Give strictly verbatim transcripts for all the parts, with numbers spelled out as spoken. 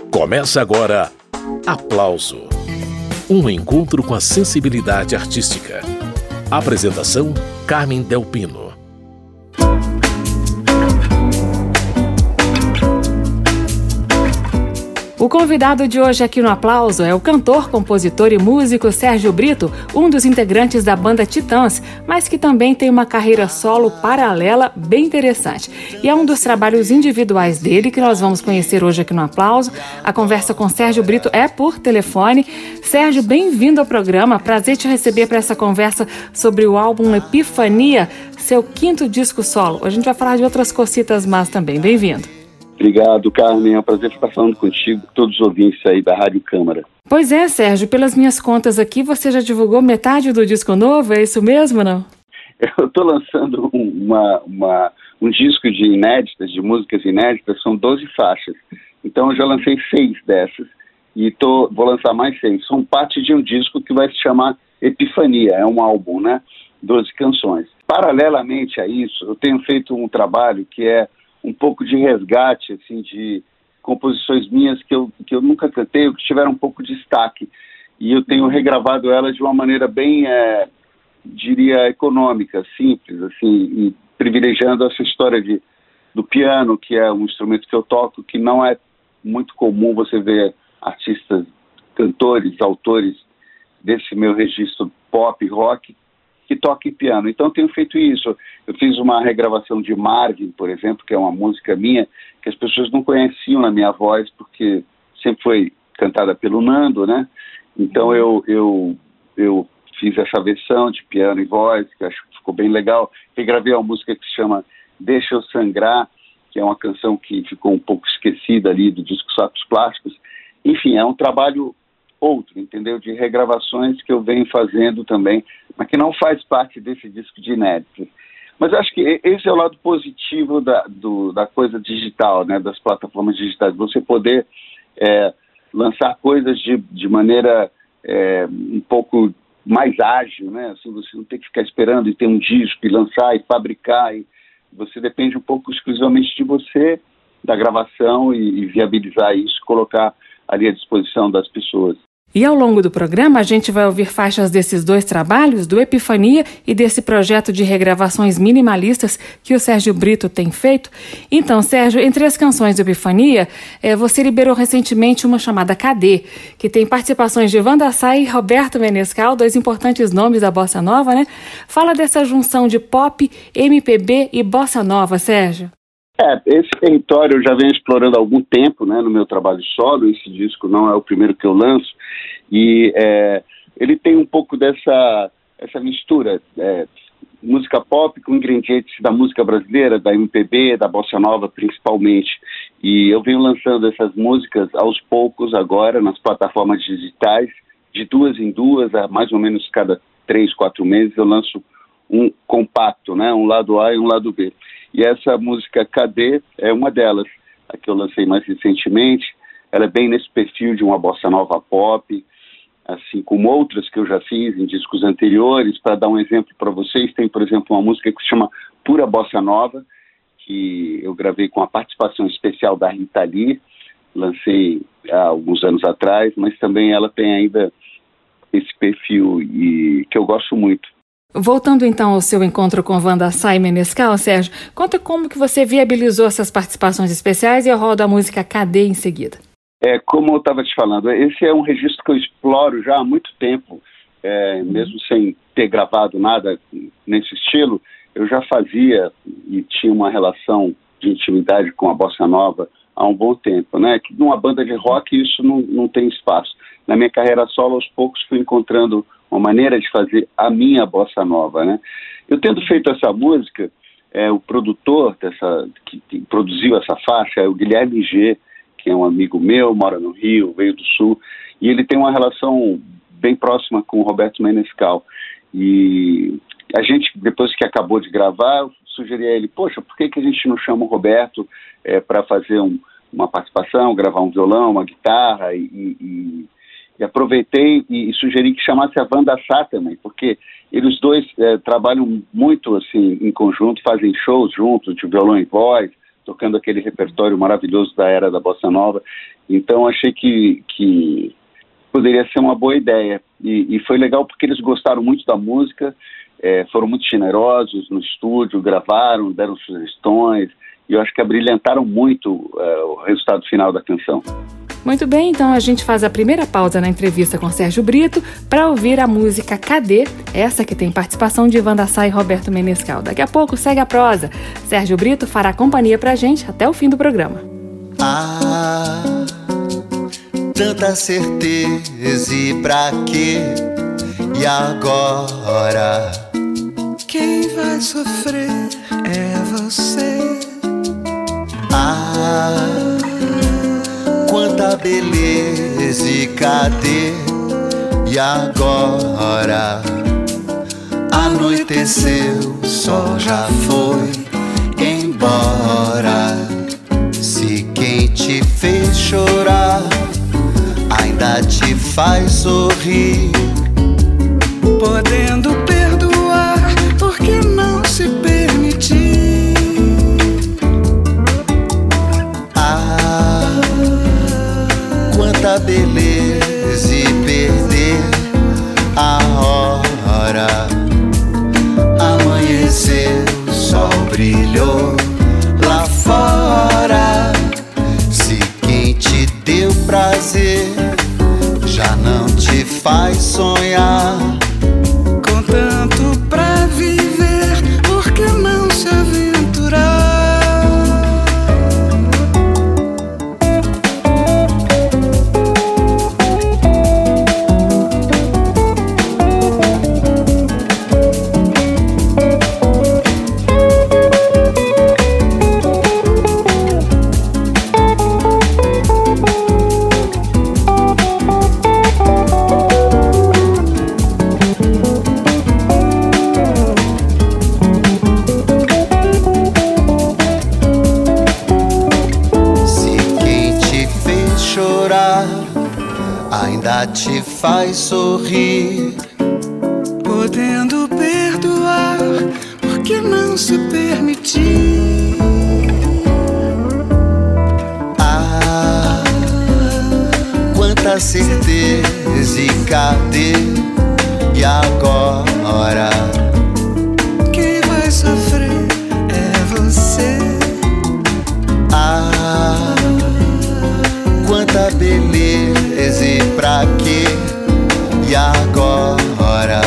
Começa agora Aplauso. Um encontro com a sensibilidade artística. Apresentação: Carmen Del Pino. O convidado de hoje aqui no Aplauso é o cantor, compositor e músico Sérgio Brito, um dos integrantes da banda Titãs, mas que também tem uma carreira solo paralela bem interessante. E é um dos trabalhos individuais dele que nós vamos conhecer hoje aqui no Aplauso. A conversa com Sérgio Brito é por telefone. Sérgio, bem-vindo ao programa. Prazer te receber para essa conversa sobre o álbum Epifania, seu quinto disco solo. A gente vai falar de outras cositas más também. Bem-vindo. Obrigado, Carmen. É um prazer estar falando contigo, todos os ouvintes aí da Rádio Câmara. Pois é, Sérgio, pelas minhas contas aqui, você já divulgou metade do disco novo, é isso mesmo, não? Eu estou lançando uma, uma, um disco de inéditas, de músicas inéditas, são doze faixas. Então eu já lancei seis dessas e tô, vou lançar mais seis. São parte de um disco que vai se chamar Epifania, é um álbum, né? doze canções. Paralelamente a isso, eu tenho feito um trabalho que é um pouco de resgate, assim, de composições minhas que eu, que eu nunca cantei, ou que tiveram um pouco de destaque. E eu tenho regravado elas de uma maneira bem, é, diria, econômica, simples, assim, e privilegiando essa história de, do piano, que é um instrumento que eu toco, que não é muito comum você ver artistas, cantores, autores desse meu registro pop, rock, que toque piano. Então eu tenho feito isso. Eu fiz uma regravação de Marvin, por exemplo, que é uma música minha, que as pessoas não conheciam na minha voz, porque sempre foi cantada pelo Nando, né? Então eu, eu, eu fiz essa versão de piano e voz, que acho que ficou bem legal. Regravei uma música que se chama Deixa Eu Sangrar, que é uma canção que ficou um pouco esquecida ali do disco Sapos Plásticos. Enfim, é um trabalho outro, entendeu? De regravações que eu venho fazendo também, mas que não faz parte desse disco de inéditos. Mas eu acho que esse é o lado positivo da, do, da coisa digital, né? Das plataformas digitais. Você poder é, lançar coisas de, de maneira é, um pouco mais ágil, né? Assim, você não tem que ficar esperando e ter um disco e lançar e fabricar. E você depende um pouco exclusivamente de você, da gravação e, e viabilizar isso, colocar ali à disposição das pessoas. E ao longo do programa a gente vai ouvir faixas desses dois trabalhos, do Epifania e desse projeto de regravações minimalistas que o Sérgio Brito tem feito. Então, Sérgio, entre as canções do Epifania, eh, você liberou recentemente uma chamada Cadê?, que tem participações de Wanda Sá e Roberto Menescal, dois importantes nomes da Bossa Nova, né? Fala dessa junção de pop, M P B e Bossa Nova, Sérgio. É, esse território eu já venho explorando há algum tempo, né, no meu trabalho solo. Esse disco não é o primeiro que eu lanço, e é, ele tem um pouco dessa essa mistura, é, música pop com ingredientes da música brasileira, da M P B, da Bossa Nova principalmente, e eu venho lançando essas músicas aos poucos agora nas plataformas digitais, de duas em duas, a mais ou menos cada três, quatro meses eu lanço um compacto, né, um lado A e um lado B. E essa música Cadê é uma delas, a que eu lancei mais recentemente. Ela é bem nesse perfil de uma bossa nova pop, assim como outras que eu já fiz em discos anteriores. Para dar um exemplo para vocês, tem, por exemplo, uma música que se chama Pura Bossa Nova, que eu gravei com a participação especial da Rita Lee, lancei há alguns anos atrás, mas também ela tem ainda esse perfil e que eu gosto muito. Voltando então ao seu encontro com Wanda Sá e Menescal, Sérgio, conta como que você viabilizou essas participações especiais e eu rodo a música Cadê em seguida. É, como eu estava te falando, esse é um registro que eu exploro já há muito tempo, é, mesmo sem ter gravado nada nesse estilo, eu já fazia e tinha uma relação de intimidade com a Bossa Nova há um bom tempo, né? Que numa banda de rock isso não, não tem espaço. Na minha carreira solo, aos poucos, fui encontrando uma maneira de fazer a minha bossa nova, né? Eu tendo feito essa música, é, o produtor dessa, que, que produziu essa faixa é o Guilherme G, que é um amigo meu, mora no Rio, veio do Sul, e ele tem uma relação bem próxima com o Roberto Menescal. E a gente, depois que acabou de gravar, eu sugeri a ele, poxa, por que, que a gente não chama o Roberto é, para fazer um, uma participação, gravar um violão, uma guitarra e... e E aproveitei e, e sugeri que chamasse a Wanda Sá também, porque eles dois é, trabalham muito assim em conjunto, fazem shows juntos de violão e voz, tocando aquele repertório maravilhoso da era da Bossa Nova. Então achei que, que poderia ser uma boa ideia. E, e foi legal porque eles gostaram muito da música, é, foram muito generosos no estúdio, gravaram, deram sugestões, e eu acho que abrilhantaram muito é, o resultado final da canção. Muito bem, então a gente faz a primeira pausa na entrevista com Sérgio Brito para ouvir a música Cadê? Essa que tem participação de Wanda Sá e Roberto Menescal. Daqui a pouco segue a prosa. Sérgio Brito fará companhia pra gente até o fim do programa. Ah, tanta certeza e pra quê? E agora? Quem vai sofrer é você. Ah, quanta beleza e cadê? E agora? Anoiteceu, o sol já foi embora. Se quem te fez chorar ainda te faz sorrir, podendo perdoar, por que não se permitir? Ah, quanta beleza e perder a hora. Amanheceu, o sol brilhou lá fora. Se quem te deu prazer já não te faz sonhar, com tanto pra viver, por que não se aventurar? ainda te faz sorrir, podendo perdoar, por que não se permitir? Ah, quanta certeza e cadê? E agora? Quem vai sofrer é você. Ah, quanta beleza e pra quê? E agora?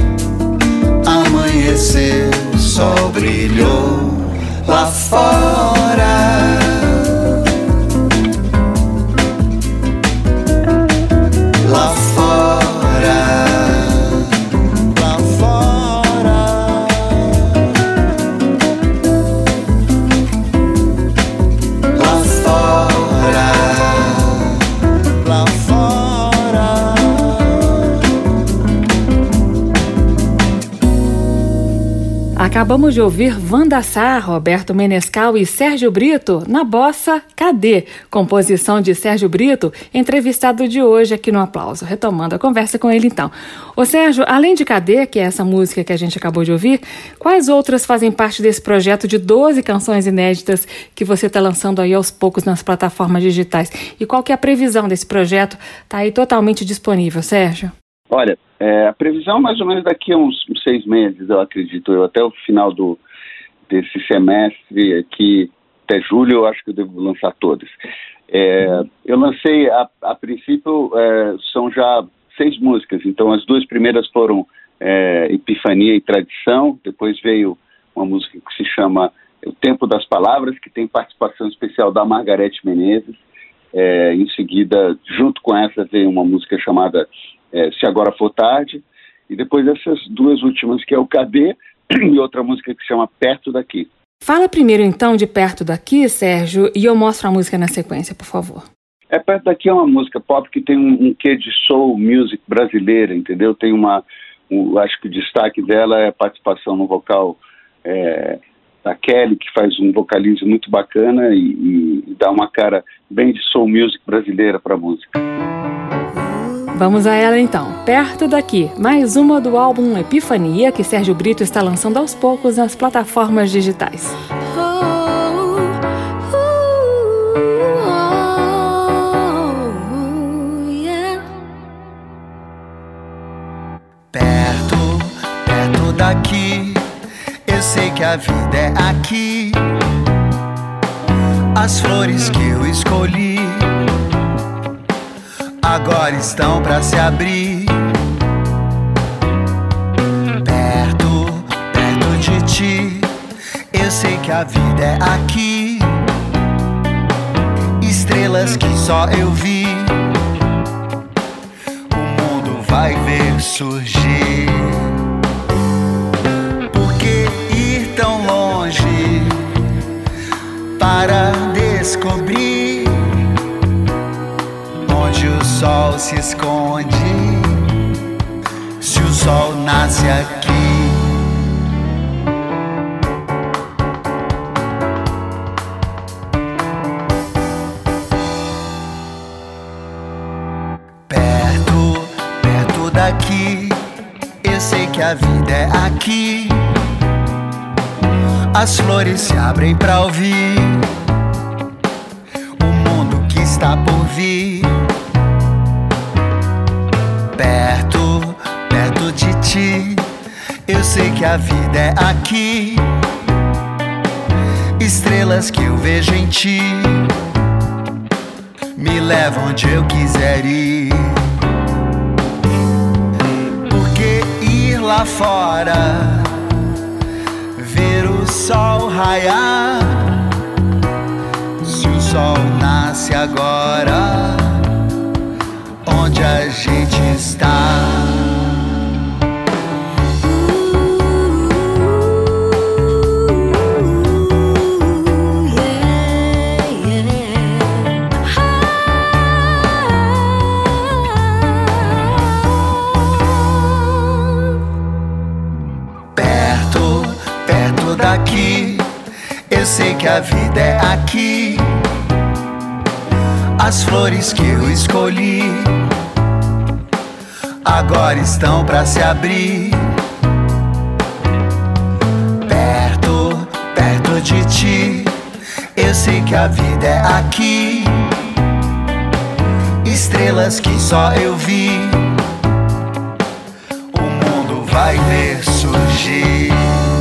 Amanheceu, o sol brilhou lá fora. Lá fora, lá fora, lá fora, lá fora. Acabamos de ouvir Wanda Sá, Roberto Menescal e Sérgio Brito na bossa Cadê? Composição de Sérgio Brito, entrevistado de hoje aqui no Aplauso. Retomando a conversa com ele então. Ô Sérgio, além de Cadê, que é essa música que a gente acabou de ouvir, quais outras fazem parte desse projeto de doze canções inéditas que você está lançando aí aos poucos nas plataformas digitais? E qual que é a previsão desse projeto? Está aí totalmente disponível, Sérgio? Olha, é, a previsão mais ou menos daqui a uns, uns seis meses, eu acredito, eu, até o final do, desse semestre aqui, até julho, eu acho que eu devo lançar todas. É, eu lancei, a, a princípio, é, são já seis músicas, então as duas primeiras foram é, Epifania e Tradição, depois veio uma música que se chama O Tempo das Palavras, que tem participação especial da Margareth Menezes. É, em seguida, junto com essa, veio uma música chamada É, Se Agora For Tarde, e depois essas duas últimas, que é o Cadê, e outra música que se chama Perto Daqui. Fala primeiro então de Perto Daqui, Sérgio, e eu mostro a música na sequência, por favor. É, Perto Daqui é uma música pop que tem um, um quê de soul music brasileira, entendeu? Tem uma, um, acho que o destaque dela é a participação no vocal é, da Kelly, que faz um vocalismo muito bacana e, e, e dá uma cara bem de soul music brasileira para a música. Vamos a ela então, Perto Daqui, mais uma do álbum Epifania, que Sérgio Brito está lançando aos poucos nas plataformas digitais. Oh, uh, oh. a vida é aqui. As flores que eu escolhi agora estão pra se abrir. Perto, perto de ti, eu sei que a vida é aqui. Estrelas que só eu vi, o mundo vai ver surgir. Por que ir tão longe para descobrir onde o sol se esconde, se o sol nasce aqui? Perto, perto daqui, eu sei que a vida é aqui. As flores se abrem pra ouvir o mundo que está por vir. Perto, perto de ti, eu sei que a vida é aqui. Estrelas que eu vejo em ti me levam onde eu quiser ir. Por que ir lá fora, ver o sol raiar, se o sol nasce agora, onde a gente está? Daqui, eu sei que a vida é aqui. As flores que eu escolhi agora estão pra se abrir. Perto, perto de ti, eu sei que a vida é aqui. Estrelas que só eu vi, o mundo vai ver surgir.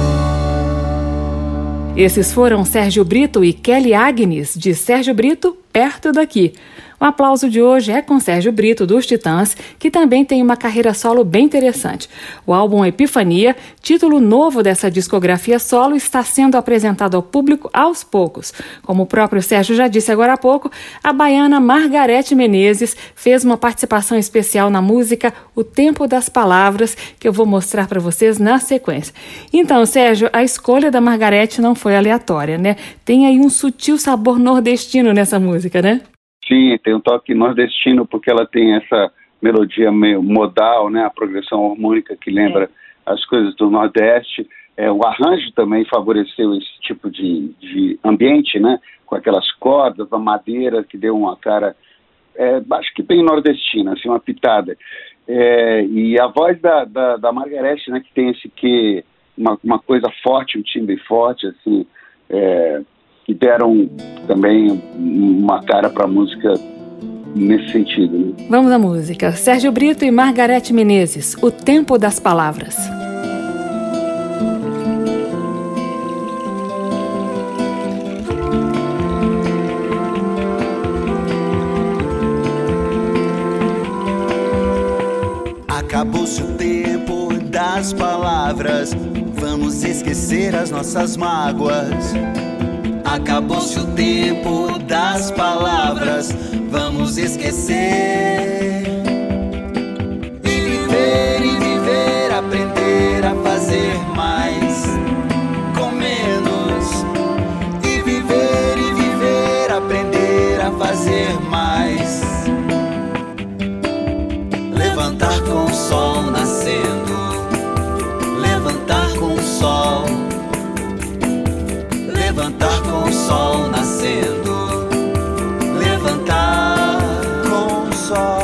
Esses foram Sérgio Brito e Kelly Agnes, de Sérgio Brito, Perto Daqui. O aplauso de hoje é com Sérgio Brito, dos Titãs, que também tem uma carreira solo bem interessante. O álbum Epifania, título novo dessa discografia solo, está sendo apresentado ao público aos poucos. Como o próprio Sérgio já disse agora há pouco, a baiana Margareth Menezes fez uma participação especial na música O Tempo das Palavras, que eu vou mostrar para vocês na sequência. Então, Sérgio, a escolha da Margareth não foi aleatória, né? Tem aí um sutil sabor nordestino nessa música, né? Sim, tem um toque nordestino, porque ela tem essa melodia meio modal, né? A progressão harmônica que lembra é. as coisas do Nordeste. É, o arranjo também favoreceu esse tipo de, de ambiente, né? Com aquelas cordas, a madeira, que deu uma cara, é, acho que bem nordestina, assim, uma pitada. É, e a voz da, da, da Margareth, né? Que tem esse quê, uma, uma coisa forte, um timbre forte, assim, é, que deram também uma cara para a música nesse sentido. Né? Vamos à música. Sérgio Brito e Margareth Menezes, O Tempo das Palavras. Acabou-se o tempo das palavras, vamos esquecer as nossas mágoas. Acabou-se o tempo das palavras, vamos esquecer. E viver, e viver, aprender a fazer mais com menos. E viver, e viver, aprender a fazer mais. Levantar com o sol nascendo, levantar com o sol. Levantar com o sol nascendo, levantar com o sol.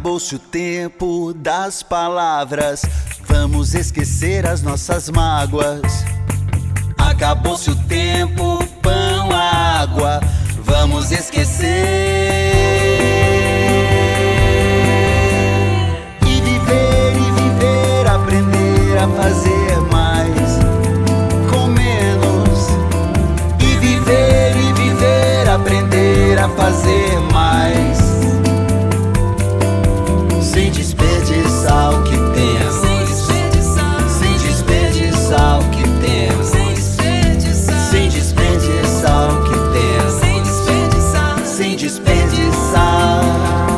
Acabou-se o tempo das palavras, vamos esquecer as nossas mágoas. Acabou-se o tempo, pão, água, vamos esquecer. E viver, e viver, aprender a fazer mais com menos. E viver, e viver, aprender a fazer mais sem desperdiçar o que temos. Sem desperdiçar, sem desperdiçar o que temos. Sem desperdiçar, sem desperdiçar o que temos. Sem desperdiçar, sem desperdiçar.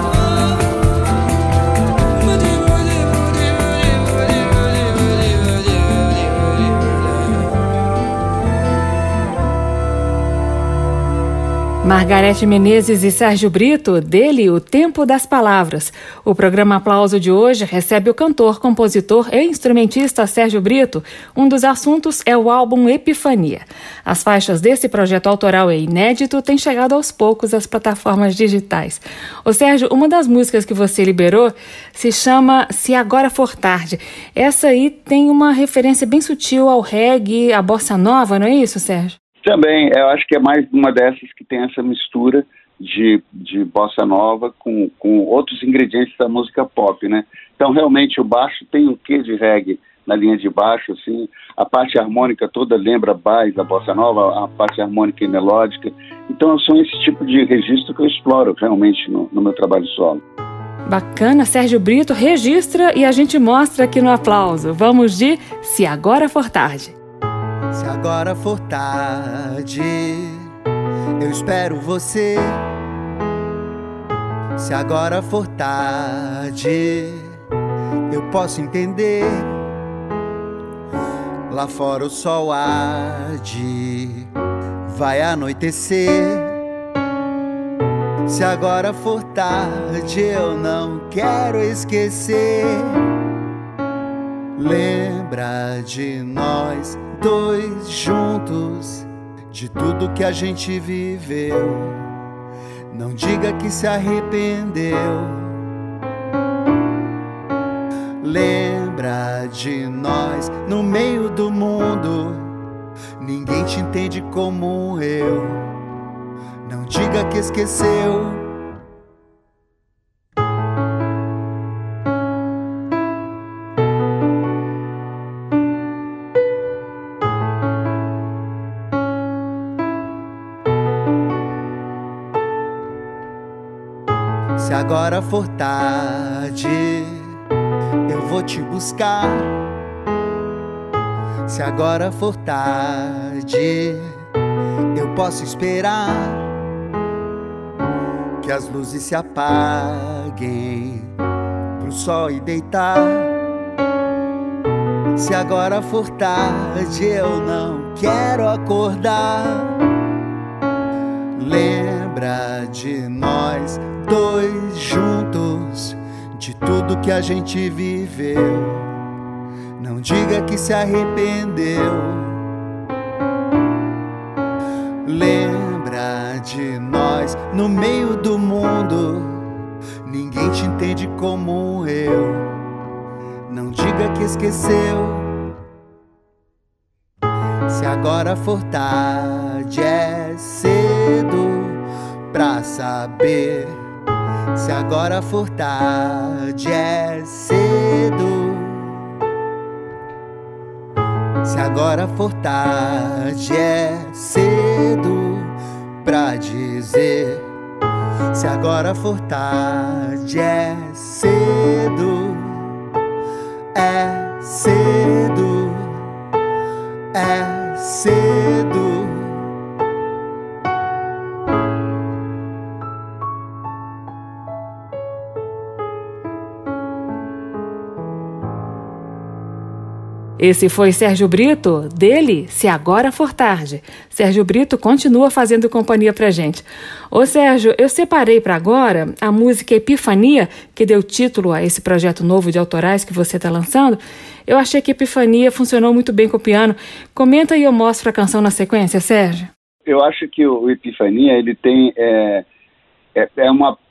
Margareth Menezes e Sérgio Brito, dele O Tempo das Palavras. O programa Aplauso de hoje recebe o cantor, compositor e instrumentista Sérgio Brito. Um dos assuntos é o álbum Epifania. As faixas desse projeto autoral e inédito têm chegado aos poucos às plataformas digitais. Ô Sérgio, uma das músicas que você liberou se chama Se Agora For Tarde. Essa aí tem uma referência bem sutil ao reggae, à bossa nova, não é isso, Sérgio? Também, eu acho que é mais uma dessas que tem essa mistura de, de bossa nova com, com outros ingredientes da música pop, né? Então, realmente, o baixo tem um quê de reggae na linha de baixo, assim. A parte harmônica toda lembra mais da bossa nova, a parte harmônica e melódica. Então, são esse tipo de registro que eu exploro realmente no, no meu trabalho solo. Bacana, Sérgio Brito registra e a gente mostra aqui no Aplauso. Vamos de Se Agora For Tarde. Se agora for tarde, eu espero você. Se agora for tarde, eu posso entender. Lá fora o sol arde, vai anoitecer. Se agora for tarde, eu não quero esquecer. Lembra de nós dois juntos, de tudo que a gente viveu. Não diga que se arrependeu. Lembra de nós no meio do mundo. Ninguém te entende como eu. Não diga que esqueceu. Se agora for tarde, eu vou te buscar. Se agora for tarde, eu posso esperar que as luzes se apaguem pro sol ir deitar. Se agora for tarde, eu não quero acordar. Lembra de nós dois juntos, de tudo que a gente viveu. Não diga que se arrependeu. Lembra de nós no meio do mundo. Ninguém te entende como eu. Não diga que esqueceu. Se agora for tarde, é cedo pra saber. Se agora for tarde, é cedo. Se agora for tarde, é cedo pra dizer. Se agora for tarde, é cedo. É cedo. É cedo. Esse foi Sérgio Brito, dele Se Agora For Tarde. Sérgio Brito continua fazendo companhia pra gente. Ô Sérgio, eu separei para agora a música Epifania, que deu título a esse projeto novo de autorais que você está lançando. Eu achei que Epifania funcionou muito bem com o piano. Comenta e eu mostro a canção na sequência, Sérgio. Eu acho que o Epifania, ele tem... É, é, é uma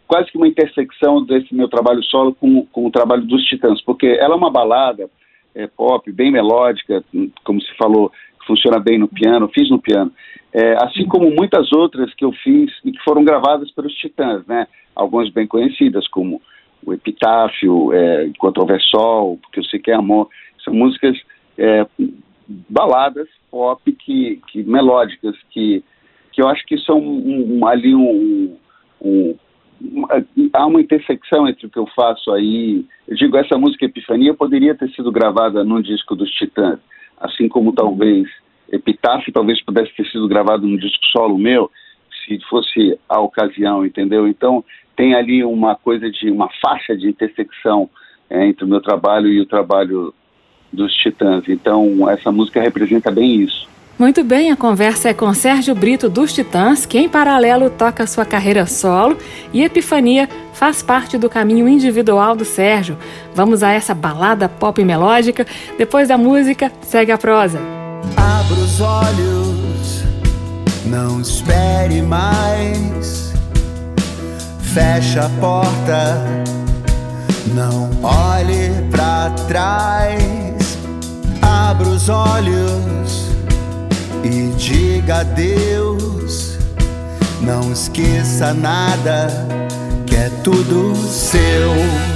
quase que uma intersecção desse meu trabalho solo com, com o trabalho dos Titãs, porque ela é uma balada é, pop, bem melódica, como se falou, que funciona bem no piano, fiz no piano, é, assim como muitas outras que eu fiz e que foram gravadas pelos Titãs, né? Algumas bem conhecidas, como o Epitáfio, é, Enquanto Houver Sol, Porque Eu Sei Que É Amor, são músicas é, baladas pop, que, que, melódicas, que, que eu acho que são um, um, ali um, um, um... há uma intersecção entre o que eu faço aí. Eu digo, essa música Epifania poderia ter sido gravada num disco dos Titãs, assim como talvez Epitáfio talvez pudesse ter sido gravado num disco solo meu, se fosse a ocasião, entendeu? Então tem ali uma coisa de uma faixa de intersecção é, entre o meu trabalho e o trabalho dos Titãs. Então essa música representa bem isso. Muito bem, a conversa é com Sérgio Brito dos Titãs, que em paralelo toca sua carreira solo, e Epifania faz parte do caminho individual do Sérgio. Vamos a essa balada pop melódica. Depois da música, segue a prosa. Abra os olhos, não espere mais. Fecha a porta, não olhe pra trás. Abra os olhos e diga adeus. Não esqueça nada, que é tudo seu.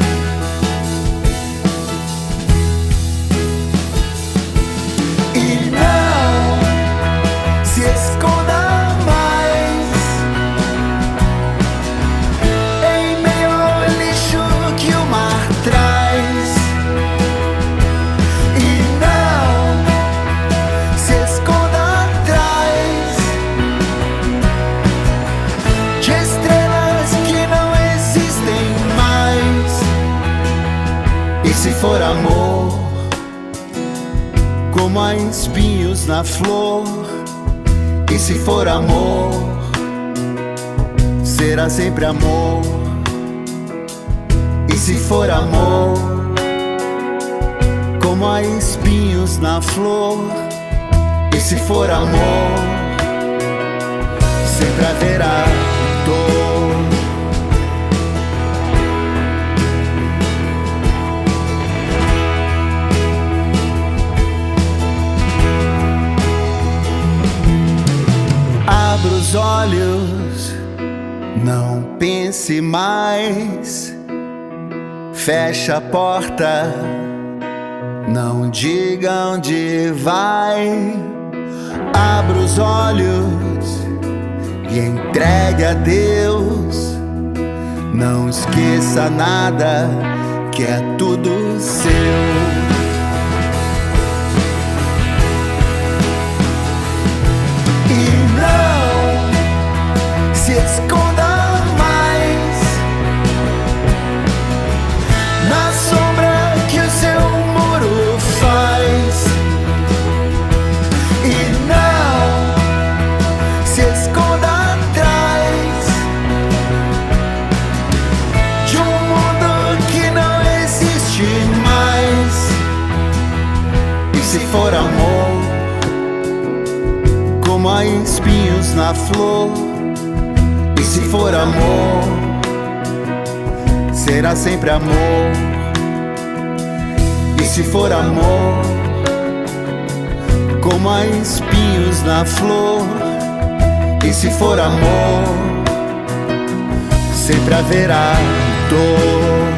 E não se esconda mais em meio ao lixo que o mar traz. E não se esconda atrás de estrelas que não existem mais. E se for amor, como há espinhos na flor. E se for amor, será sempre amor. E se for amor, como há espinhos na flor. E se for amor, sempre haverá dor. Abra os olhos, não pense mais. Fecha a porta, não diga onde vai. Abra os olhos e entregue a Deus. Não esqueça nada, que é tudo seu. Se esconda mais na sombra que o seu muro faz. E não se esconda atrás de um mundo que não existe mais. E se for amor, como há espinhos na flor. E se for amor, será sempre amor. E se for amor, como há espinhos na flor. E se for amor, sempre haverá dor.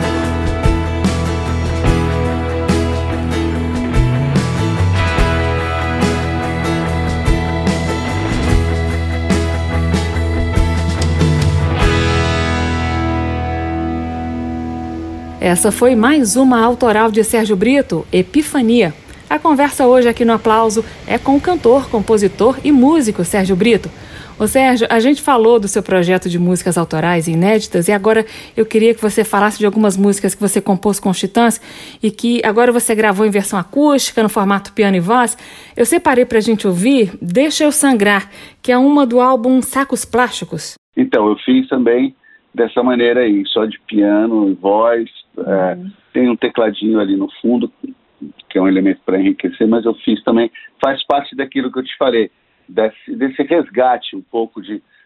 Essa foi mais uma autoral de Sérgio Brito, Epifania. A conversa hoje aqui no Aplauso é com o cantor, compositor e músico Sérgio Brito. Ô Sérgio, a gente falou do seu projeto de músicas autorais e inéditas e agora eu queria que você falasse de algumas músicas que você compôs com os Titãs e que agora você gravou em versão acústica, no formato piano e voz. Eu separei pra gente ouvir Deixa Eu Sangrar, que é uma do álbum Sacos Plásticos. Então, eu fiz também dessa maneira aí, só de piano e voz. Uhum. É, tem um tecladinho ali no fundo, que é um elemento para enriquecer, mas eu fiz também, faz parte daquilo que eu te falei, desse, desse resgate um pouco de,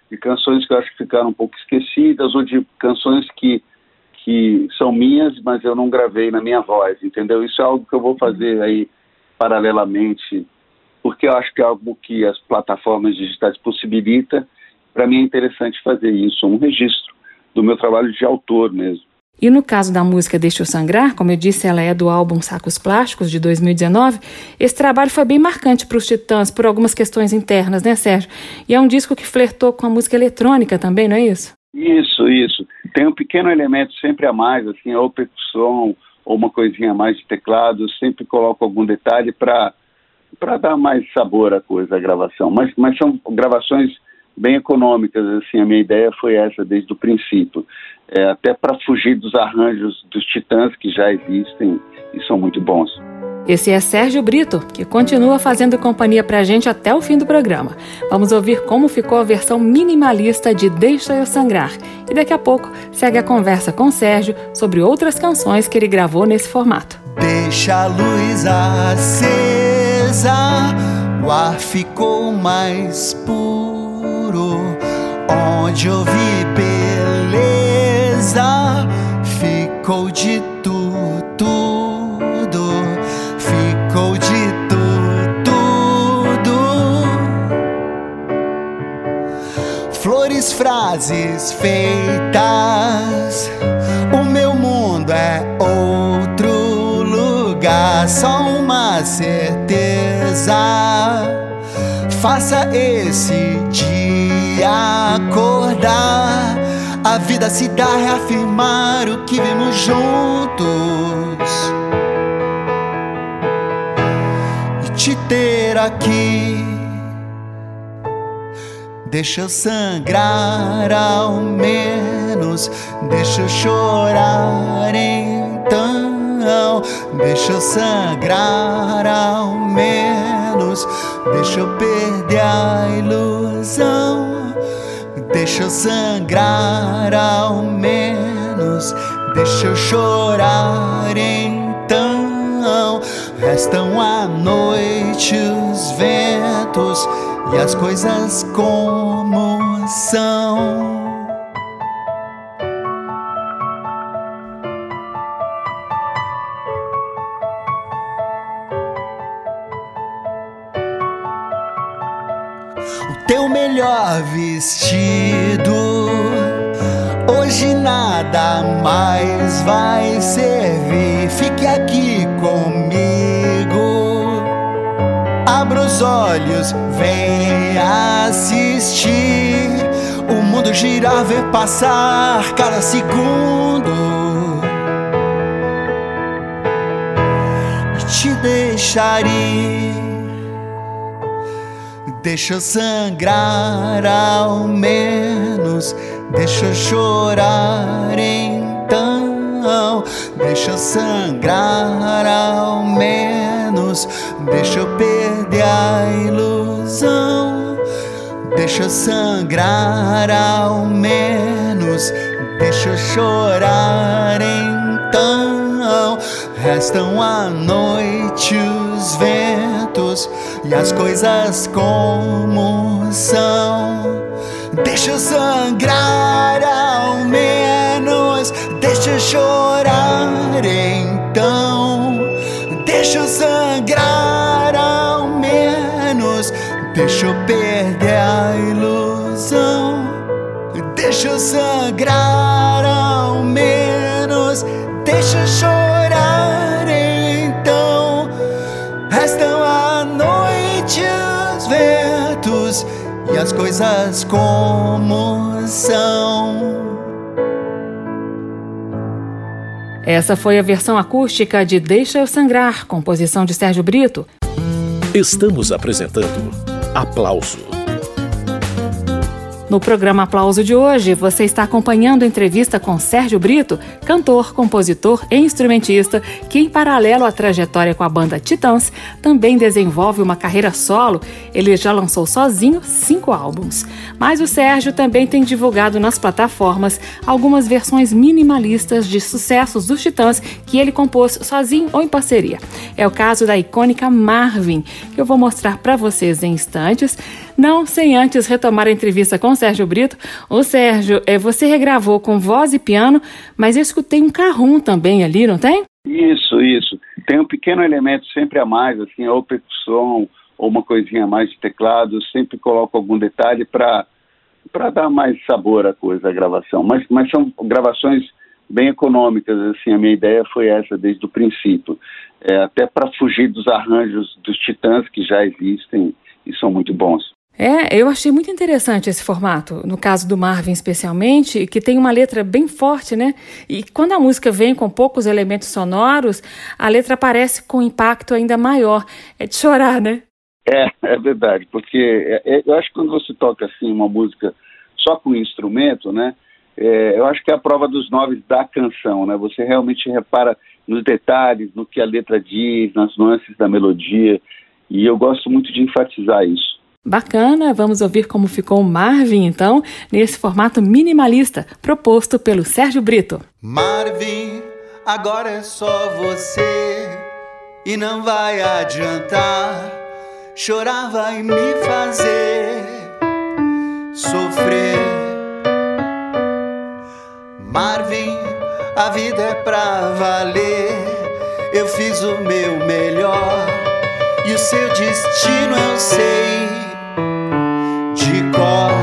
de canções que eu acho que ficaram um pouco esquecidas, ou de canções que, que são minhas, mas eu não gravei na minha voz, entendeu? Isso é algo que eu vou fazer aí paralelamente, porque eu acho que é algo que as plataformas digitais possibilitam. Para mim é interessante fazer isso, um registro do meu trabalho de autor mesmo. E no caso da música Deixa Eu Sangrar, como eu disse, ela é do álbum Sacos Plásticos, de dois mil e dezenove, esse trabalho foi bem marcante para os Titãs, por algumas questões internas, né, Sérgio? E é um disco que flertou com a música eletrônica também, não é isso? Isso, isso. Tem um pequeno elemento sempre a mais, assim, ou percussão, ou uma coisinha a mais de teclado, eu sempre coloco algum detalhe para para dar mais sabor à coisa, à gravação. Mas, mas são gravações bem econômicas, assim, a minha ideia foi essa desde o princípio. É, até para fugir dos arranjos dos Titãs que já existem e são muito bons. Esse é Sérgio Brito, que continua fazendo companhia pra gente até o fim do programa. Vamos ouvir como ficou a versão minimalista de Deixa Eu Sangrar. E daqui a pouco segue a conversa com o Sérgio sobre outras canções que ele gravou nesse formato. Deixa a luz acesa, o ar ficou mais puro. Onde eu vi beleza, ficou de tudo, tudo. Ficou de tudo, tudo. Flores, frases feitas, o meu mundo é outro lugar. Só uma certeza, faça esse dia acordar. A vida se dá a reafirmar o que vemos juntos. E te ter aqui, deixa eu sangrar ao menos. Deixa eu chorar então. Deixa eu sangrar ao menos. Deixa eu perder a ilusão. Deixa eu sangrar ao menos. Deixa eu chorar então. Restam à noite os ventos e as coisas como são. Teu melhor vestido, hoje nada mais vai servir. Fique aqui comigo, abra os olhos, vem assistir o mundo girar, ver passar cada segundo e te deixar ir. Deixa eu sangrar ao menos. Deixa eu chorar então. Deixa eu sangrar ao menos. Deixa eu perder a ilusão. Deixa eu sangrar ao menos. Deixa eu chorar então. Restam à noite os ventos e as coisas como são. Deixa eu sangrar ao menos. Deixa eu chorar então. Deixa eu sangrar ao menos. Deixa eu perder a ilusão. Deixa eu sangrar ao menos. Deixa eu chorar então. Restam à noite os ventos e as coisas como são. Essa foi a versão acústica de Deixa Eu Sangrar, composição de Sérgio Brito. Estamos apresentando Aplauso. No programa Aplauso de hoje, você está acompanhando a entrevista com Sérgio Brito, cantor, compositor e instrumentista, que, em paralelo à trajetória com a banda Titãs, também desenvolve uma carreira solo. Ele já lançou sozinho cinco álbuns. Mas o Sérgio também tem divulgado nas plataformas algumas versões minimalistas de sucessos dos Titãs que ele compôs sozinho ou em parceria. É o caso da icônica Marvin, que eu vou mostrar para vocês em instantes, não sem antes retomar a entrevista com Sérgio Brito. Ô Sérgio, é, você regravou com voz e piano, mas eu escutei um carrom também ali, não tem? Isso, isso. Tem um pequeno elemento sempre a mais, assim, ou percussão, ou uma coisinha a mais de teclado. Eu sempre coloco algum detalhe para para dar mais sabor à coisa, à gravação. Mas, mas são gravações bem econômicas, assim, a minha ideia foi essa desde o princípio. É, até para fugir dos arranjos dos Titãs que já existem e são muito bons. É, eu achei muito interessante esse formato, no caso do Marvin especialmente, que tem uma letra bem forte, né? E quando a música vem com poucos elementos sonoros, a letra aparece com impacto ainda maior. É de chorar, né? É, é verdade, porque é, é, eu acho que quando você toca assim uma música só com instrumento, né? É, eu acho que é a prova dos nove da canção, né? Você realmente repara nos detalhes, no que a letra diz, nas nuances da melodia, e eu gosto muito de enfatizar isso. Bacana, vamos ouvir como ficou o Marvin, então, nesse formato minimalista, proposto pelo Sérgio Brito. Marvin, agora é só você, e não vai adiantar, chorar vai me fazer sofrer. Marvin, a vida é pra valer, eu fiz o meu melhor, e o seu destino eu sei de cor.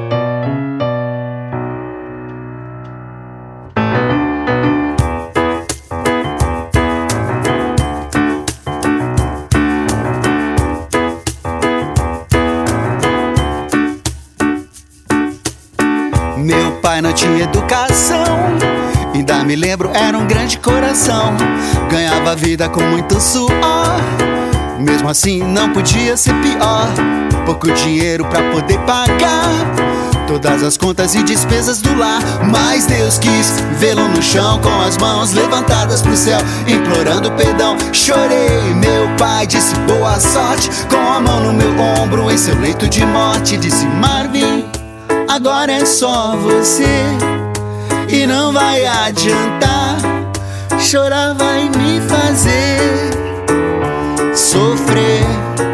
Meu pai não tinha educação, ainda me lembro, era um grande coração. Ganhava vida com muito suor, mesmo assim não podia ser pior. Pouco dinheiro pra poder pagar todas as contas e despesas do lar, mas Deus quis vê-lo no chão com as mãos levantadas pro céu, implorando perdão. Chorei, meu pai disse boa sorte, com a mão no meu ombro em seu leito de morte. Disse: Marvin, agora é só você, e não vai adiantar, chorar vai me fazer sofrer.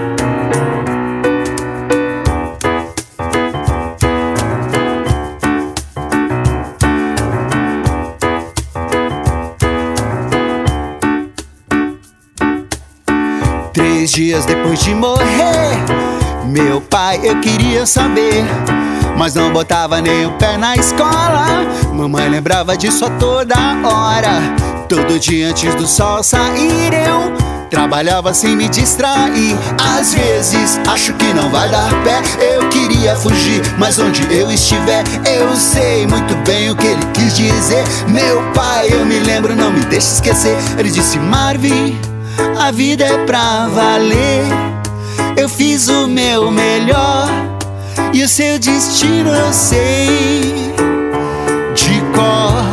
Três dias depois de morrer, meu pai eu queria saber, mas não botava nem o pé na escola. Mamãe lembrava disso a toda hora. Todo dia antes do sol sair eu trabalhava sem me distrair. Às vezes acho que não vai dar pé, eu queria fugir, mas onde eu estiver eu sei muito bem o que ele quis dizer. Meu pai, eu me lembro, não me deixe esquecer. Ele disse: Marvin, a vida é pra valer, eu fiz o meu melhor, e o seu destino eu sei de cor.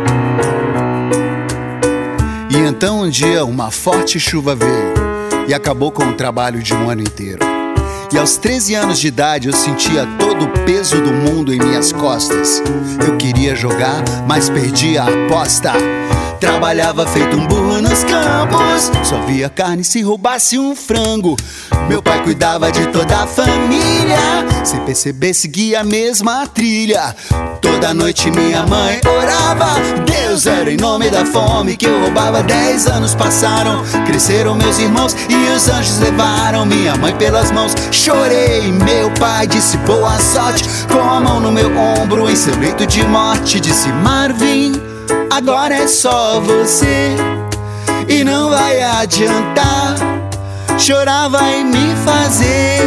E então um dia uma forte chuva veio e acabou com o trabalho de um ano inteiro. E aos treze anos de idade eu sentia todo o peso do mundo em minhas costas. Eu queria jogar, mas perdi a aposta. Trabalhava feito um burro nos campos, só via carne se roubasse um frango. Meu pai cuidava de toda a família, sem perceber seguia a mesma trilha. Toda noite minha mãe orava, Deus era em nome da fome que eu roubava. Dez anos passaram, cresceram meus irmãos e os anjos levaram minha mãe pelas mãos. Chorei, meu pai disse boa sorte, com a mão no meu ombro em seu leito de morte. Disse: Marvin, agora é só você, e não vai adiantar, chorar vai me fazer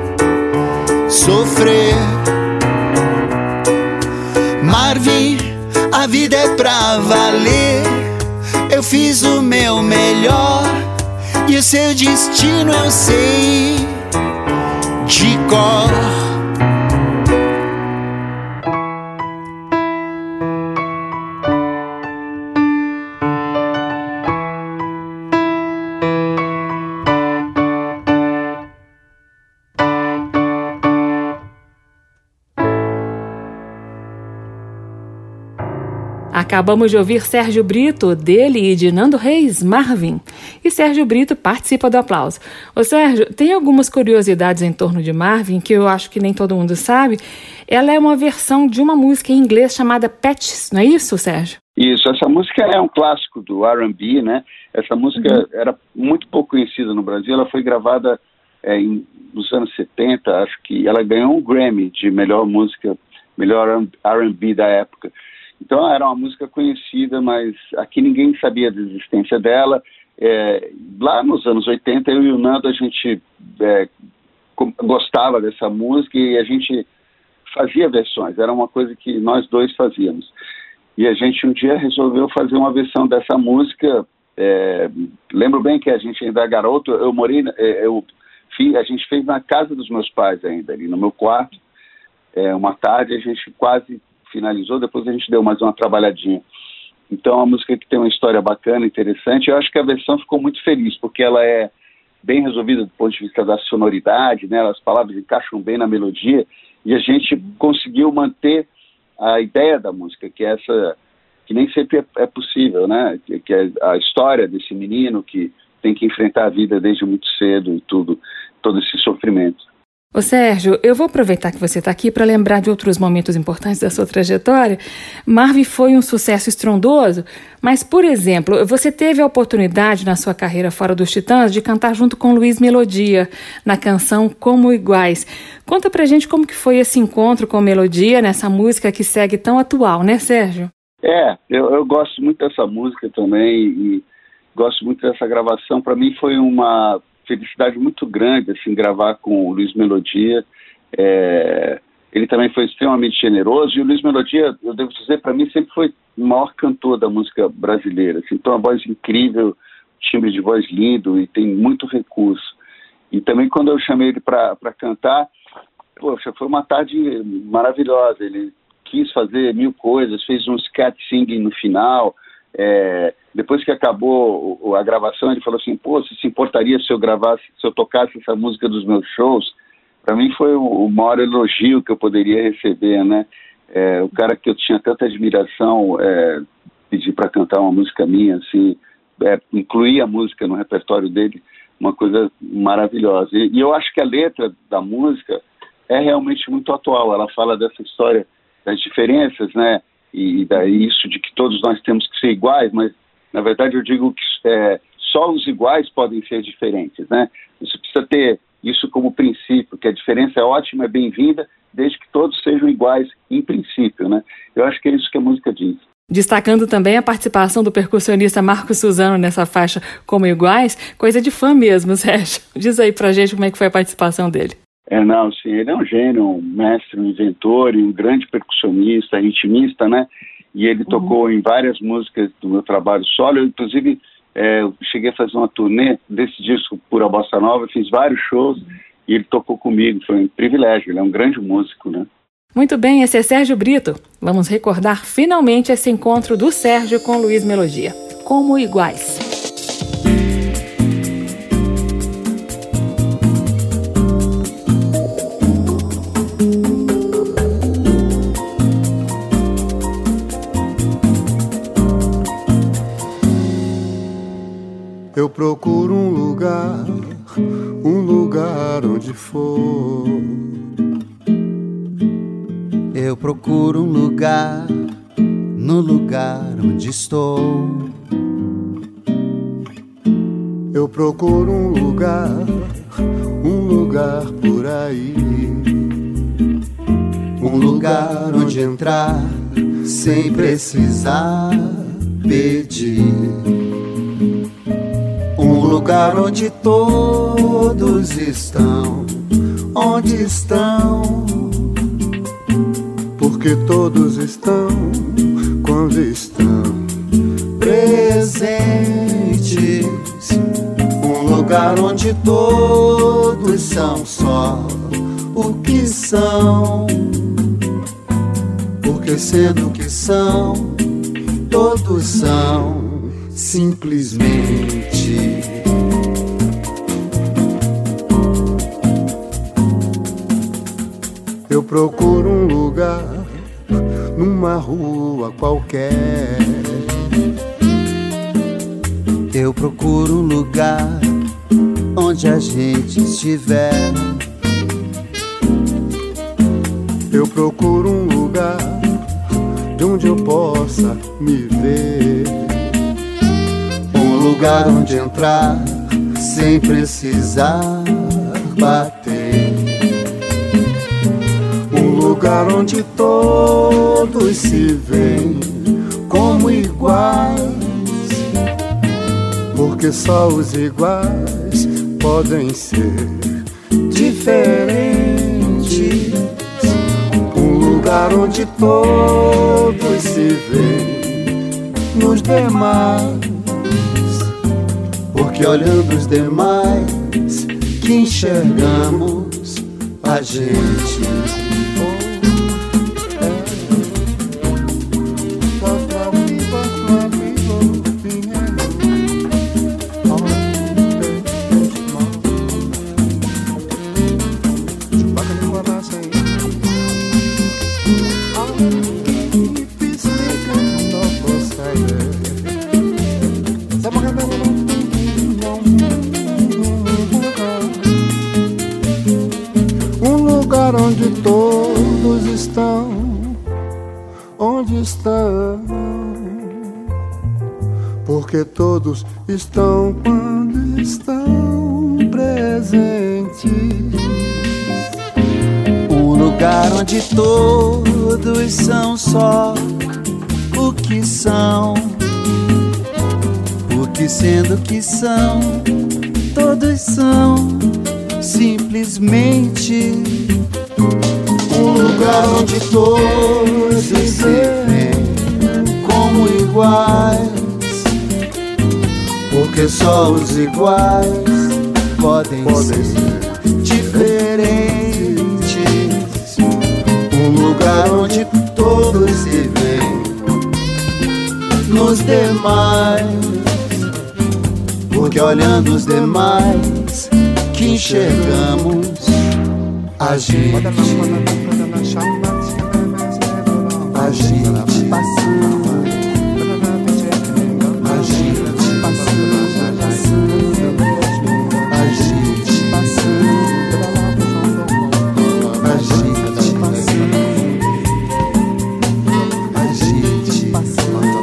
sofrer. Marvin, a vida é pra valer, eu fiz o meu melhor, e o seu destino eu sei de cor. Acabamos de ouvir Sérgio Brito, dele e de Nando Reis, Marvin. E Sérgio Brito participa do Aplauso. Ô Sérgio, tem algumas curiosidades em torno de Marvin que eu acho que nem todo mundo sabe. Ela é uma versão de uma música em inglês chamada Patches, não é isso, Sérgio? Isso, essa música é um clássico do R and B, né? Essa música uhum. era muito pouco conhecida no Brasil, ela foi gravada é, em, nos anos setenta, acho que ela ganhou um Grammy de melhor música, melhor R and B da época. Então era uma música conhecida, mas aqui ninguém sabia da existência dela. É, lá nos anos oitenta, eu e o Nando, a gente é, gostava dessa música e a gente fazia versões, era uma coisa que nós dois fazíamos. E a gente um dia resolveu fazer uma versão dessa música. É, lembro bem que a gente ainda é garoto, eu morei, eu fiz, a gente fez na casa dos meus pais ainda, ali no meu quarto. É, uma tarde a gente quase finalizou, depois a gente deu mais uma trabalhadinha. Então, é uma música que tem uma história bacana, interessante. Eu acho que a versão ficou muito feliz, porque ela é bem resolvida do ponto de vista da sonoridade, né? As palavras encaixam bem na melodia, e a gente conseguiu manter a ideia da música, que é essa, que nem sempre é, é possível, né? Que, que é a história desse menino que tem que enfrentar a vida desde muito cedo e tudo, todo esse sofrimento. Ô Sérgio, eu vou aproveitar que você está aqui para lembrar de outros momentos importantes da sua trajetória. Marvin foi um sucesso estrondoso, mas, por exemplo, você teve a oportunidade na sua carreira fora dos Titãs de cantar junto com Luiz Melodia na canção Como Iguais. Conta pra gente como que foi esse encontro com Melodia nessa música que segue tão atual, né, Sérgio? É, eu, eu gosto muito dessa música também e gosto muito dessa gravação. Para mim foi uma felicidade muito grande, assim, gravar com o Luiz Melodia. É, ele também foi extremamente generoso, e o Luiz Melodia, eu devo dizer, para mim sempre foi o maior cantor da música brasileira, assim, então uma voz incrível, timbre de voz lindo e tem muito recurso. E também quando eu chamei ele para cantar, poxa, foi uma tarde maravilhosa. Ele quis fazer mil coisas, fez um scat singing no final. É, depois que acabou a gravação, ele falou assim: pô, se se importaria se eu gravasse, se eu tocasse essa música dos meus shows? Para mim foi o, o maior elogio que eu poderia receber, né? É, o cara que eu tinha tanta admiração, é, pedir para cantar uma música minha, assim, é, incluir a música no repertório dele, uma coisa maravilhosa. E, e eu acho que a letra da música é realmente muito atual. Ela fala dessa história das diferenças, né? E daí isso de que todos nós temos que ser iguais, mas na verdade eu digo que é, só os iguais podem ser diferentes, né? Você precisa ter isso como princípio, que a diferença é ótima, é bem-vinda, desde que todos sejam iguais em princípio, né? Eu acho que é isso que a música diz. Destacando também a participação do percussionista Marco Suzano nessa faixa Como Iguais, coisa de fã mesmo, Sérgio. Diz aí pra gente como é que foi a participação dele. É, não, sim, ele é um gênio, um mestre, um inventor e um grande percussionista, ritmista, né? E ele uhum. tocou em várias músicas do meu trabalho solo. Eu, inclusive, é, eu cheguei a fazer uma turnê desse disco Pura Bossa Nova, fiz vários shows uhum. e ele tocou comigo, foi um privilégio, ele é um grande músico, né? Muito bem, esse é Sérgio Brito. Vamos recordar finalmente esse encontro do Sérgio com Luiz Melodia. Como Iguais. Eu procuro um lugar, um lugar onde for. Eu procuro um lugar, no lugar onde estou. Eu procuro um lugar, um lugar por aí. Um lugar onde entrar sem precisar pedir. Um lugar onde todos estão, onde estão. Porque todos estão quando estão presentes. Um lugar onde todos são só o que são. Porque sendo o que são, todos são simplesmente. Eu procuro um lugar, numa rua qualquer. Eu procuro um lugar onde a gente estiver. Eu procuro um lugar de onde eu possa me ver. Um lugar onde entrar sem precisar bater. Um lugar onde todos se veem como iguais, porque só os iguais podem ser diferentes. Um lugar onde todos se veem nos demais, porque olhando os demais que enxergamos a gente. Onde todos estão, onde estão, porque todos estão quando estão presentes. Um lugar onde todos são só o que são, porque sendo o que são, todos são simplesmente. Um lugar onde todos se veem como iguais, porque só os iguais podem, podem ser diferentes. Um lugar onde todos se veem nos demais, porque olhando os demais que enxergamos a gente. A gente passando, a gente passando, a gente passando, a gente passando, a gente passando.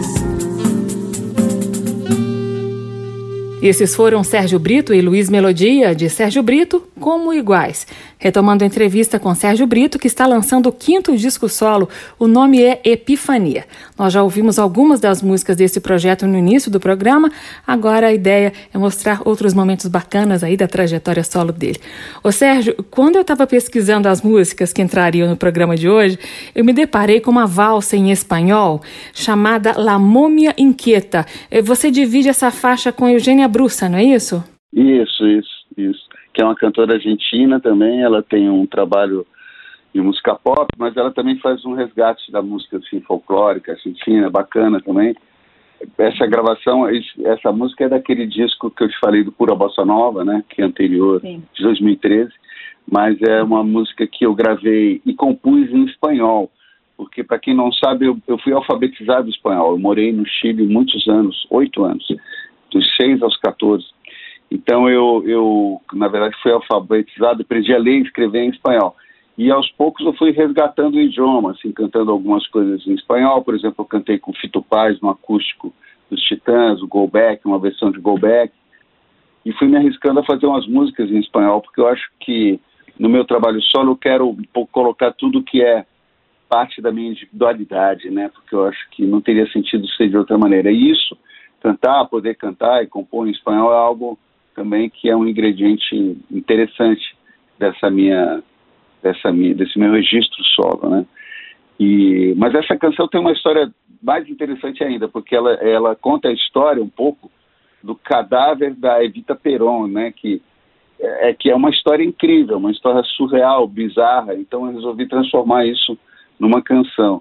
Esses foram Sérgio Brito e Luiz Melodia, de Sérgio Brito, Como Iguais. Retomando a entrevista com Sérgio Brito, que está lançando o quinto disco solo, o nome é Epifania. Nós já ouvimos algumas das músicas desse projeto no início do programa, agora a ideia é mostrar outros momentos bacanas aí da trajetória solo dele. Ô Sérgio, quando eu estava pesquisando as músicas que entrariam no programa de hoje, eu me deparei com uma valsa em espanhol chamada La Momia Inquieta. Você divide essa faixa com Eugênia Brussa, não é isso? Isso, isso, isso. Que é uma cantora argentina também, ela tem um trabalho de música pop, mas ela também faz um resgate da música assim, folclórica, argentina, bacana também. Essa gravação, essa música é daquele disco que eu te falei do Pura Bossa Nova, né, que é anterior, Sim. de dois mil e treze, mas é uma música que eu gravei e compus em espanhol, porque para quem não sabe, eu, eu fui alfabetizado em espanhol, eu morei no Chile muitos anos, oito anos, dos seis aos quatorze. Então eu, eu, na verdade, fui alfabetizado, aprendi a ler e escrever em espanhol. E aos poucos eu fui resgatando o idioma, assim, cantando algumas coisas em espanhol. Por exemplo, eu cantei com Fito Paz no acústico dos Titãs, o Go Back, uma versão de Go Back. E fui me arriscando a fazer umas músicas em espanhol, porque eu acho que no meu trabalho solo eu quero um pouco colocar tudo que é parte da minha individualidade, né? Porque eu acho que não teria sentido ser de outra maneira. E isso, cantar, poder cantar e compor em espanhol é algo também que é um ingrediente interessante dessa minha, dessa minha, desse meu registro solo, né? E, mas essa canção tem uma história mais interessante ainda, porque ela, ela conta a história um pouco do cadáver da Evita Peron, né? Que é, que é uma história incrível, uma história surreal, bizarra. Então eu resolvi transformar isso numa canção.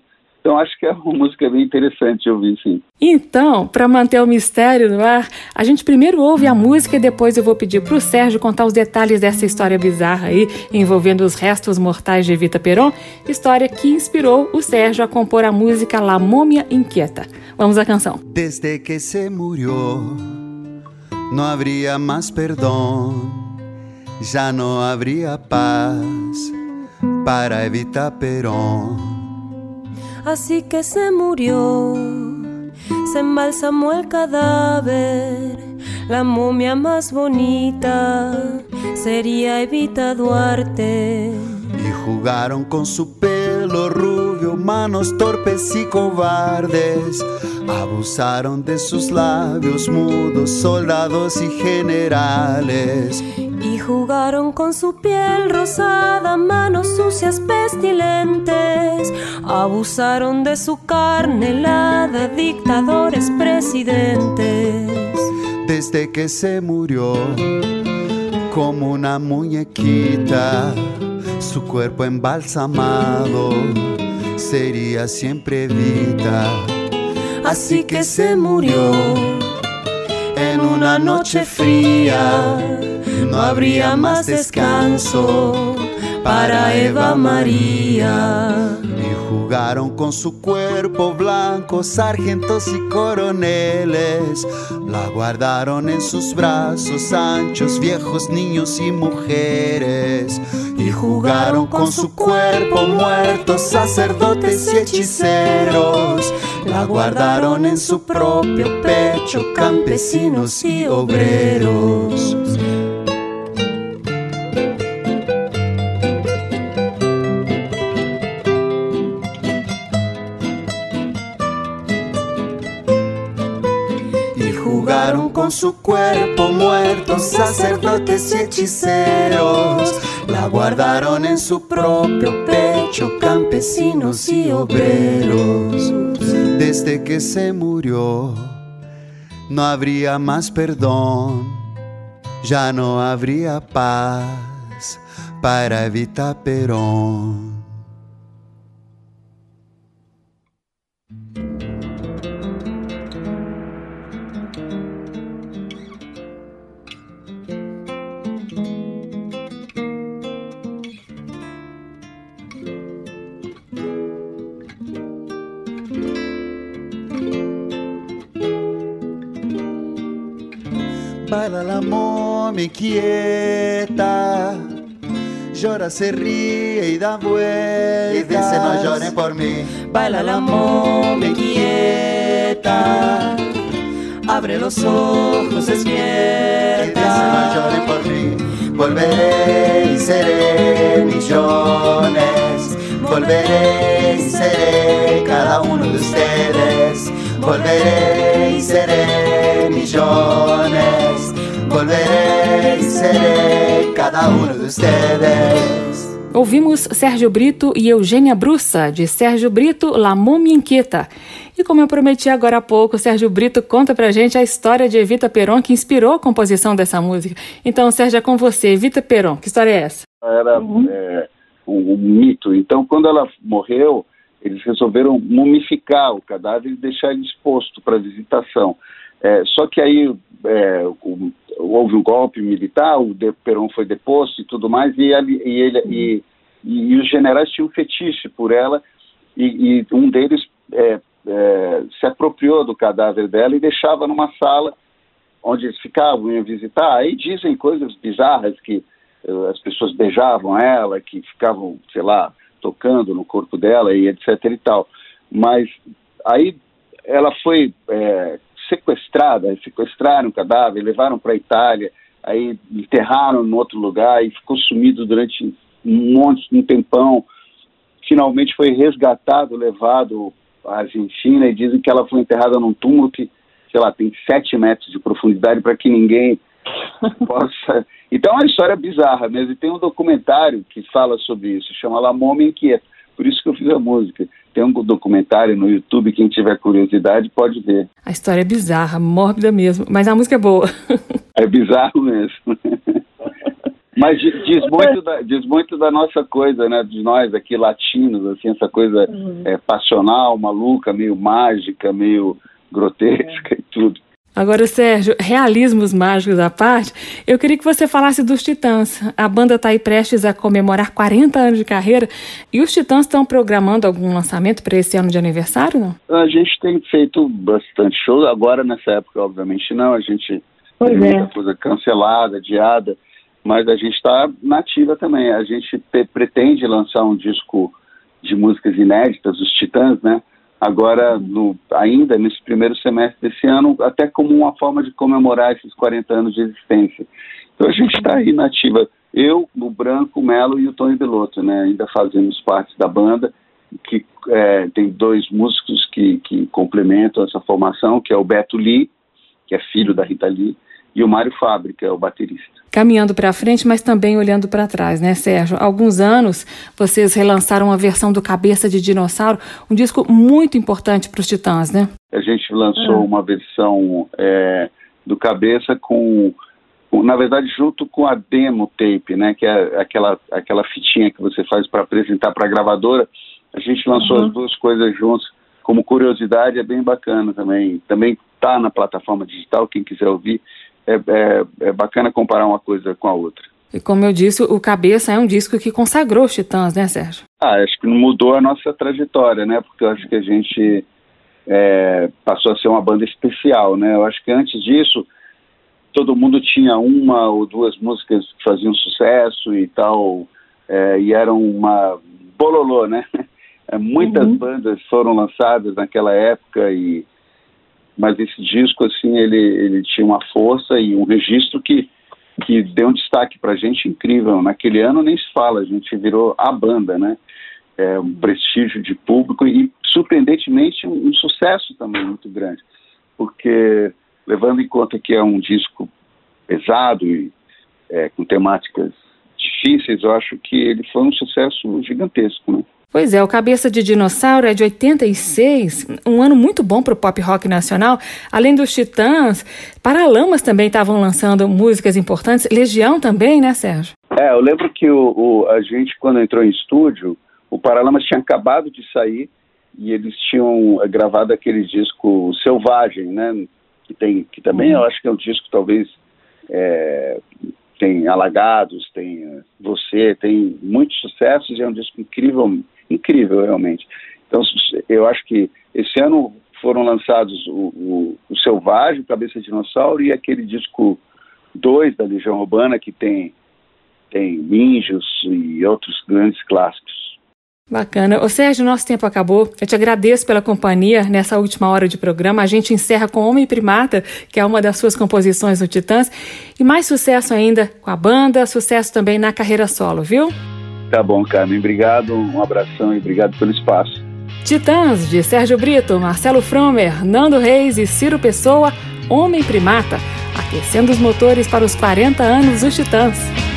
Então acho que é uma música bem interessante de ouvir, sim. Então, para manter o mistério no ar, a gente primeiro ouve a música e depois eu vou pedir para o Sérgio contar os detalhes dessa história bizarra aí, envolvendo os restos mortais de Evita Peron, história que inspirou o Sérgio a compor a música La Momia Inquieta. Vamos à canção. Desde que se murió, no habría más perdón, ya no habría paz para Evita Peron. Así que se murió, se embalsamó el cadáver, la momia más bonita sería Evita Duarte. Y jugaron con su pelo rubio, manos torpes y cobardes, abusaron de sus labios mudos, soldados y generales. Y jugaron con su piel rosada, manos sucias pestilentes, abusaron de su carne helada, dictadores presidentes. Desde que se murió, como una muñequita, su cuerpo embalsamado sería siempre Evita. Así que se murió en una noche fría, no habría más descanso para Eva María. Y jugaron con su cuerpo blanco, sargentos y coroneles, la guardaron en sus brazos anchos, viejos, niños y mujeres. Y jugaron con su cuerpo muerto, sacerdotes y hechiceros, la guardaron en su propio pecho, campesinos y obreros. Jugaron con su cuerpo muerto, sacerdotes y hechiceros, la guardaron en su propio pecho, campesinos y obreros. Desde que se murió, no habría más perdón, ya no habría paz para Evita Peron. Baila la momia quieta, llora, se ríe y da vueltas, y dice no lloren por mí. Baila la momia quieta, abre los ojos, despierta, y dice no lloren por mí. Volveré y seré millones, volveré y seré cada uno de ustedes. Volveré y seré millones, volveré y seré cada uno de ustedes. Ouvimos Sérgio Brito e Eugênia Brussa, de Sérgio Brito, La Momia Inquieta. E como eu prometi agora há pouco, Sérgio Brito conta pra gente a história de Evita Peron, que inspirou a composição dessa música. Então, Sérgio, é com você. Evita Peron, que história é essa? Era uhum. é, um, um mito. Então, quando ela morreu, eles resolveram mumificar o cadáver e deixar ele exposto para visitação. É, só que aí é, o, houve um golpe militar, o de, Peron foi deposto e tudo mais, e, ele, e, ele, e, e, e os generais tinham um fetiche por ela, e, e um deles é, é, se apropriou do cadáver dela e deixava numa sala onde eles ficavam, iam visitar. Aí dizem coisas bizarras, que uh, as pessoas beijavam ela, que ficavam, sei lá, tocando no corpo dela e etc e tal. Mas aí ela foi é, sequestrada, sequestraram o cadáver, levaram para a Itália, aí enterraram em outro lugar e ficou sumido durante um monte, um tempão. Finalmente foi resgatado, levado à Argentina, e dizem que ela foi enterrada num túmulo que, sei lá, tem sete metros de profundidade para que ninguém possa... Então é uma história bizarra mesmo, e tem um documentário que fala sobre isso, chama La Momia Inquieta, por isso que eu fiz a música. Tem um documentário no YouTube, quem tiver curiosidade pode ver. A história é bizarra, mórbida mesmo, mas a música é boa. É bizarro mesmo. Mas diz muito, da, diz muito da nossa coisa, né? De nós aqui latinos, assim, essa coisa uhum. é, passional, maluca, meio mágica, meio grotesca é. e tudo. Agora, Sérgio, realismos mágicos à parte, eu queria que você falasse dos Titãs. A banda está aí prestes a comemorar quarenta anos de carreira e os Titãs estão programando algum lançamento para esse ano de aniversário, não? A gente tem feito bastante show, agora nessa época, obviamente não, a gente pois tem é. muita coisa cancelada, adiada, mas a gente está nativa também. A gente pe- pretende lançar um disco de músicas inéditas, os Titãs, né? Agora, no, ainda nesse primeiro semestre desse ano, até como uma forma de comemorar esses quarenta anos de existência. Então a gente está aí na ativa. Eu, o Branco, o Melo e o Tony Belotto, né? Ainda fazemos parte da banda, que é, tem dois músicos que, que complementam essa formação, que é o Beto Lee, que é filho da Rita Lee, e o Mário Fabre, que é o baterista. Caminhando para frente, mas também olhando para trás, né, Sérgio? Há alguns anos, vocês relançaram uma versão do Cabeça de Dinossauro, um disco muito importante para os Titãs, né? A gente lançou ah. uma versão é, do Cabeça com, com, na verdade, junto com a demo tape, né, que é aquela, aquela fitinha que você faz para apresentar para a gravadora. A gente lançou uhum. as duas coisas juntos. Como curiosidade, é bem bacana também. Também está na plataforma digital, quem quiser ouvir. É, é, é bacana comparar uma coisa com a outra. E como eu disse, o Cabeça é um disco que consagrou os Titãs, né, Sérgio? Ah, acho que mudou a nossa trajetória, né? Porque eu acho que a gente é, passou a ser uma banda especial, né? Eu acho que antes disso, todo mundo tinha uma ou duas músicas que faziam sucesso e tal, é, e eram uma bololô, né? Muitas uhum. bandas foram lançadas naquela época e mas esse disco, assim, ele, ele tinha uma força e um registro que, que deu um destaque pra gente incrível. Naquele ano nem se fala, a gente virou a banda, né? É, um prestígio de público e, surpreendentemente, um, um sucesso também muito grande. Porque, levando em conta que é um disco pesado e é, com temáticas difíceis, eu acho que ele foi um sucesso gigantesco, né? Pois é, o Cabeça de Dinossauro é de oitenta e seis, um ano muito bom para o pop rock nacional. Além dos Titãs, Paralamas também estavam lançando músicas importantes, Legião também, né, Sérgio? É, eu lembro que o, o, a gente, quando entrou em estúdio, o Paralamas tinha acabado de sair e eles tinham gravado aquele disco Selvagem, né, que, tem, que também uhum. eu acho que é um disco talvez... É, tem Alagados, tem Você, tem muitos sucessos e é um disco incrível, incrível realmente. Então eu acho que esse ano foram lançados o, o, o Selvagem, o Cabeça de Dinossauro e aquele disco dois da Legião Urbana que tem, tem Minjos e outros grandes clássicos. Bacana. Ô Sérgio, nosso tempo acabou. Eu te agradeço pela companhia nessa última hora de programa. A gente encerra com Homem Primata, que é uma das suas composições no Titãs. E mais sucesso ainda com a banda, sucesso também na carreira solo, viu? Tá bom, Carmen. Obrigado, um abração e obrigado pelo espaço. Titãs, de Sérgio Brito, Marcelo Fromer, Nando Reis e Ciro Pessoa, Homem Primata, aquecendo os motores para os quarenta anos dos Titãs.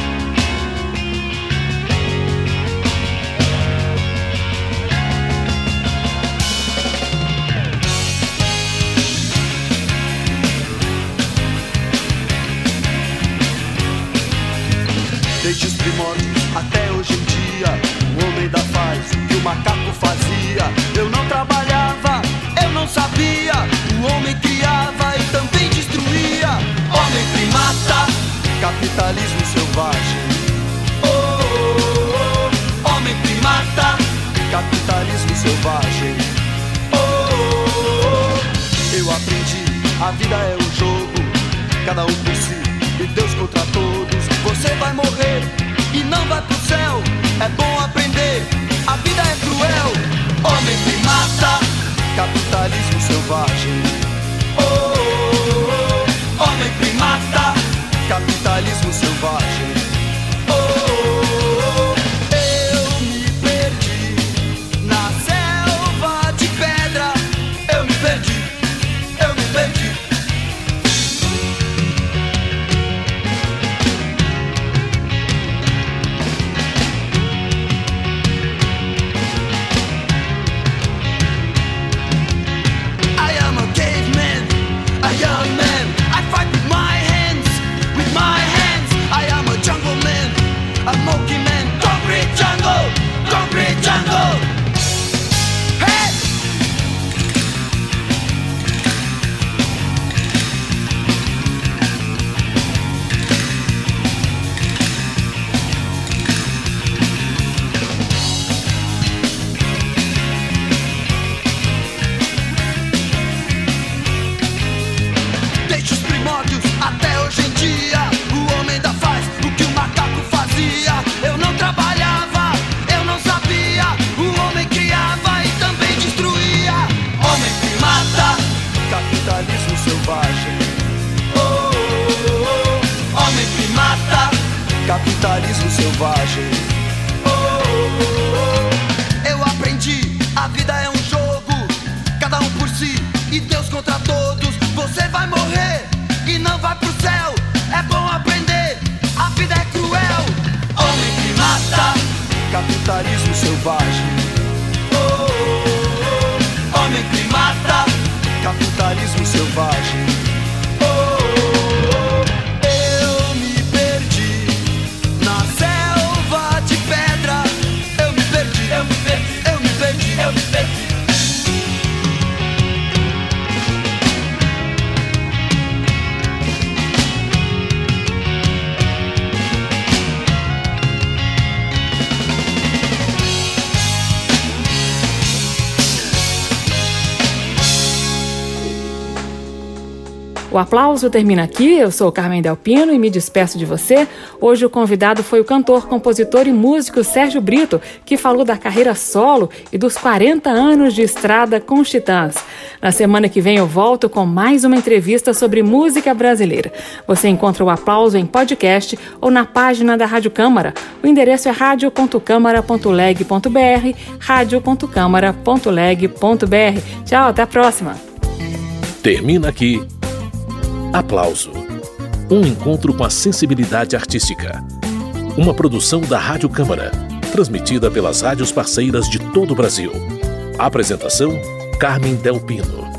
Desde os primórdios até hoje em dia, o homem ainda faz o que o macaco fazia. Eu não trabalhava, eu não sabia. O homem criava e também destruía. Homem primata, capitalismo selvagem. Oh, oh, oh. Homem primata, capitalismo selvagem. Oh, oh, oh. Eu aprendi, a vida é um jogo, cada um por si e Deus contra todos. Você vai morrer e não vai pro céu. É bom aprender, a vida é cruel. Homem primata, capitalismo selvagem. Oh, oh, oh. Homem primata, capitalismo selvagem. Oh, oh, oh. Eu me perdi na selva de pedra. Eu me perdi, eu me perdi. selvagem. Oh, oh, oh. Eu aprendi, a vida é um jogo, cada um por si e Deus contra todos. Você vai morrer e não vai pro céu, é bom aprender, a vida é cruel. Homem que mata, capitalismo selvagem. Oh, oh, oh. Homem que mata, capitalismo selvagem. Oh, oh, oh. Eu me perdi na selva de pedra. Eu me perdi, eu me perdi, eu me perdi, eu me perdi. O Aplauso termina aqui. Eu sou Carmen Del Pino e me despeço de você. Hoje o convidado foi o cantor, compositor e músico Sérgio Brito, que falou da carreira solo e dos quarenta anos de estrada com os Titãs. Na semana que vem eu volto com mais uma entrevista sobre música brasileira. Você encontra o Aplauso em podcast ou na página da Rádio Câmara. O endereço é radio ponto câmara ponto leg ponto br, radio ponto câmara ponto leg ponto br. Tchau, até a próxima. Termina aqui Aplauso, um encontro com a sensibilidade artística. Uma produção da Rádio Câmara, transmitida pelas rádios parceiras de todo o Brasil. Apresentação, Carmen Del Pino.